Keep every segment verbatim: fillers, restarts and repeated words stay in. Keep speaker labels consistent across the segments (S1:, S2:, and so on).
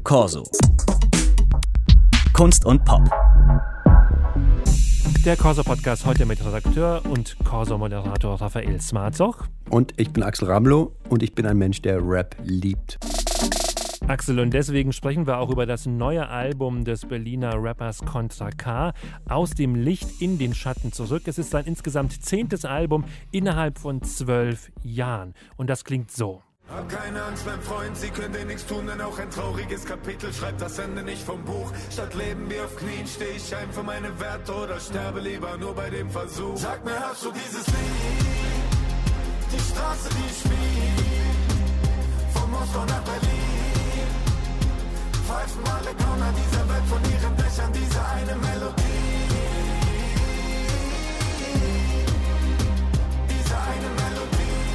S1: Corso. Kunst und Pop.
S2: Der Corso-Podcast heute mit Redakteur und Corso-Moderator Raphael Smarzoch.
S3: Und ich bin Axel Ramlow und ich bin ein Mensch, der Rap liebt.
S2: Axel, und deswegen sprechen wir auch über das neue Album des Berliner Rappers Contra K, Aus dem Licht in den Schatten zurück. Es ist sein insgesamt zehntes Album innerhalb von zwölf Jahren. Und das klingt so.
S4: Hab keine Angst, mein Freund, sie können dir nichts tun, denn auch ein trauriges Kapitel schreibt das Ende nicht vom Buch. Statt leben wir auf Knien, steh ich ein für meine Werte oder sterbe lieber nur bei dem Versuch. Sag mir, hast du dieses Lied? Die Straße, die spielt von Moskau nach Berlin. Pfeifen alle Gauner dieser Welt von ihren Dächern diese eine Melodie. Diese eine Melodie.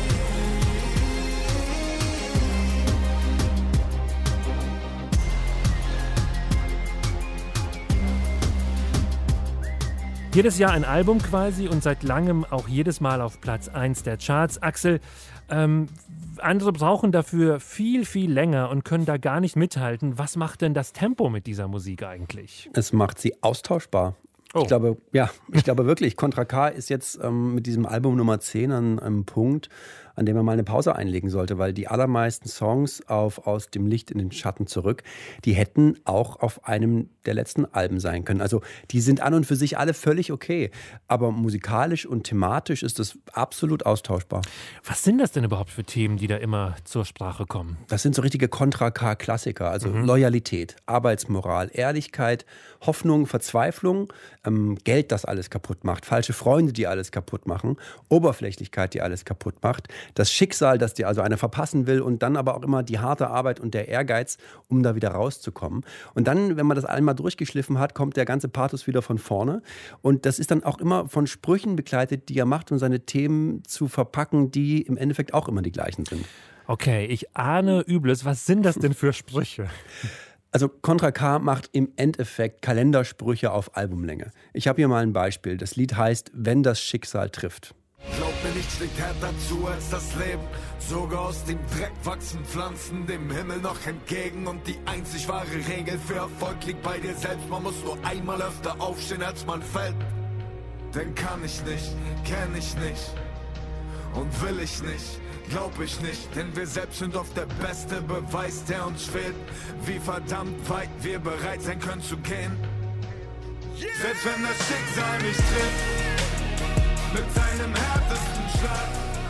S2: Jedes Jahr ein Album quasi und seit langem auch jedes Mal auf Platz eins der Charts. Axel, ähm, andere brauchen dafür viel, viel länger und können da gar nicht mithalten. Was macht denn das Tempo mit dieser Musik eigentlich?
S3: Es macht sie austauschbar.
S2: Oh.
S3: Ich glaube, ja, ich glaube wirklich, Contra K ist jetzt ähm, mit diesem Album Nummer zehn an einem Punkt, an dem man mal eine Pause einlegen sollte, weil die allermeisten Songs auf Aus dem Licht in den Schatten zurück, die hätten auch auf einem der letzten Alben sein können. Also die sind an und für sich alle völlig okay, aber musikalisch und thematisch ist das absolut austauschbar.
S2: Was sind das denn überhaupt für Themen, die da immer zur Sprache kommen?
S3: Das sind so richtige Contra K-Klassiker, also
S2: Mhm.
S3: Loyalität, Arbeitsmoral, Ehrlichkeit, Hoffnung, Verzweiflung, ähm, Geld, das alles kaputt macht, falsche Freunde, die alles kaputt machen, Oberflächlichkeit, die alles kaputt macht, das Schicksal, das dir also einer verpassen will und dann aber auch immer die harte Arbeit und der Ehrgeiz, um da wieder rauszukommen. Und dann, wenn man das einmal durchgeschliffen hat, kommt der ganze Pathos wieder von vorne. Und das ist dann auch immer von Sprüchen begleitet, die er macht, um seine Themen zu verpacken, die im Endeffekt auch immer die gleichen sind.
S2: Okay, ich ahne Übles. Was sind das denn für Sprüche?
S3: Also Contra K macht im Endeffekt Kalendersprüche auf Albumlänge. Ich habe hier mal ein Beispiel. Das Lied heißt Wenn das Schicksal trifft.
S4: Glaub mir, nichts schlägt härter zu als das Leben. Sogar aus dem Dreck wachsen Pflanzen dem Himmel noch entgegen. Und die einzig wahre Regel für Erfolg liegt bei dir selbst. Man muss nur einmal öfter aufstehen, als man fällt. Denn kann ich nicht, kenn ich nicht und will ich nicht, glaub ich nicht. Denn wir selbst sind oft der beste Beweis, der uns fehlt. Wie verdammt weit wir bereit sein können zu gehen. Yeah. Selbst wenn das Schicksal mich trifft mit seinem härtesten Schlag.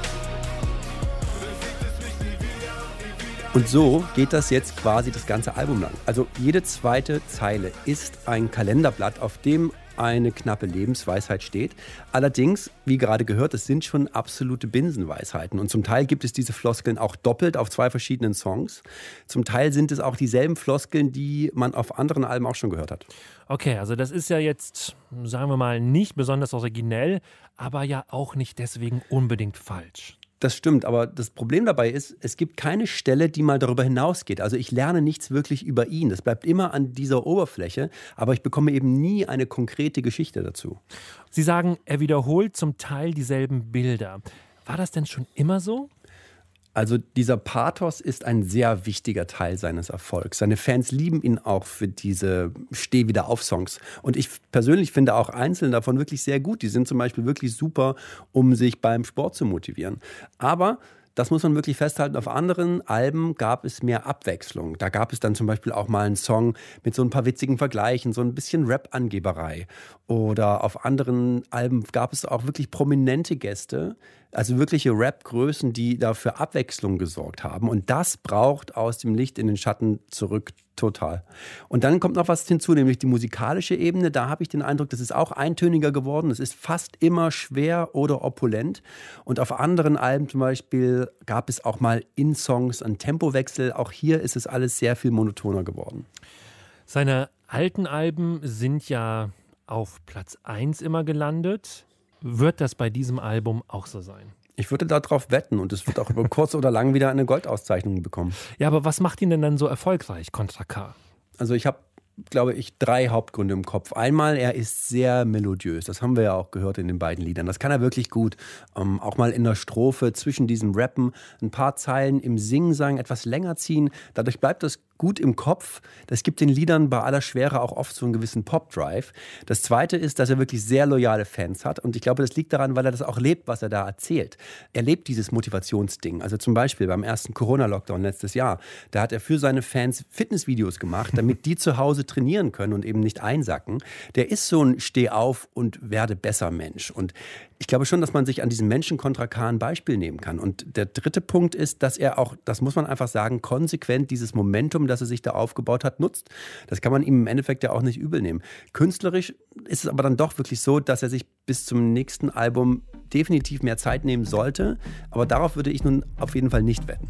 S3: Und so geht das jetzt quasi das ganze Album lang. Also jede zweite Zeile ist ein Kalenderblatt, auf dem eine knappe Lebensweisheit steht. Allerdings, wie gerade gehört, es sind schon absolute Binsenweisheiten. Und zum Teil gibt es diese Floskeln auch doppelt auf zwei verschiedenen Songs. Zum Teil sind es auch dieselben Floskeln, die man auf anderen Alben auch schon gehört hat.
S2: Okay, also das ist ja jetzt, sagen wir mal, nicht besonders originell, aber ja auch nicht deswegen unbedingt falsch.
S3: Das stimmt, aber das Problem dabei ist, es gibt keine Stelle, die mal darüber hinausgeht. Also ich lerne nichts wirklich über ihn. Das bleibt immer an dieser Oberfläche, aber ich bekomme eben nie eine konkrete Geschichte dazu.
S2: Sie sagen, er wiederholt zum Teil dieselben Bilder. War das denn schon immer so?
S3: Also dieser Pathos ist ein sehr wichtiger Teil seines Erfolgs. Seine Fans lieben ihn auch für diese Steh-wieder-auf-Songs. Und ich persönlich finde auch einzelne davon wirklich sehr gut. Die sind zum Beispiel wirklich super, um sich beim Sport zu motivieren. Aber das muss man wirklich festhalten. Auf anderen Alben gab es mehr Abwechslung. Da gab es dann zum Beispiel auch mal einen Song mit so ein paar witzigen Vergleichen, so ein bisschen Rap-Angeberei. Oder auf anderen Alben gab es auch wirklich prominente Gäste, also wirkliche Rap-Größen, die da für Abwechslung gesorgt haben. Und das braucht Aus dem Licht in den Schatten zurück total. Und dann kommt noch was hinzu, nämlich die musikalische Ebene. Da habe ich den Eindruck, das ist auch eintöniger geworden. Es ist fast immer schwer oder opulent. Und auf anderen Alben zum Beispiel gab es auch mal in Songs einen Tempowechsel. Auch hier ist es alles sehr viel monotoner geworden.
S2: Seine alten Alben sind ja auf Platz eins immer gelandet. Wird das bei diesem Album auch so sein?
S3: Ich würde darauf wetten und es wird auch über kurz oder lang wieder eine Goldauszeichnung bekommen.
S2: Ja, aber was macht ihn denn dann so erfolgreich, Contra K?
S3: Also ich habe, glaube ich, drei Hauptgründe im Kopf. Einmal, er ist sehr melodiös. Das haben wir ja auch gehört in den beiden Liedern. Das kann er wirklich gut. Ähm, auch mal in der Strophe zwischen diesem Rappen ein paar Zeilen im Singsang etwas länger ziehen. Dadurch bleibt das gut im Kopf. Das gibt den Liedern bei aller Schwere auch oft so einen gewissen Pop-Drive. Das Zweite ist, dass er wirklich sehr loyale Fans hat. Und ich glaube, das liegt daran, weil er das auch lebt, was er da erzählt. Er lebt dieses Motivationsding. Also zum Beispiel beim ersten Corona-Lockdown letztes Jahr. Da hat er für seine Fans Fitnessvideos gemacht, damit die zu Hause trainieren können und eben nicht einsacken. Der ist so ein Steh auf und werde besser Mensch. Und ich glaube schon, dass man sich an diesem Menschen Contra K ein Beispiel nehmen kann. Und der dritte Punkt ist, dass er auch, das muss man einfach sagen, konsequent dieses Momentum, das er sich da aufgebaut hat, nutzt. Das kann man ihm im Endeffekt ja auch nicht übel nehmen. Künstlerisch ist es aber dann doch wirklich so, dass er sich bis zum nächsten Album definitiv mehr Zeit nehmen sollte. Aber darauf würde ich nun auf jeden Fall nicht wetten.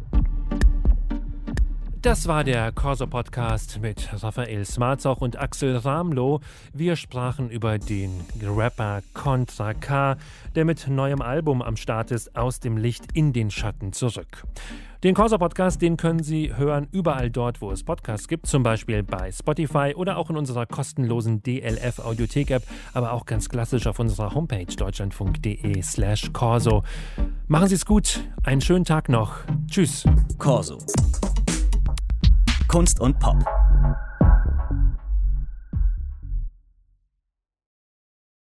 S2: Das war der Corso-Podcast mit Raphael Smarzoch und Axel Ramlow. Wir sprachen über den Rapper Contra K, der mit neuem Album am Start ist, aus dem Licht in den Schatten zurück. Den Corso-Podcast, den können Sie hören überall dort, wo es Podcasts gibt, zum Beispiel bei Spotify oder auch in unserer kostenlosen D L F-Audiothek-App, aber auch ganz klassisch auf unserer Homepage deutschlandfunk.de slash Corso. Machen Sie es gut, einen schönen Tag noch. Tschüss.
S1: Corso. Kunst und Pop.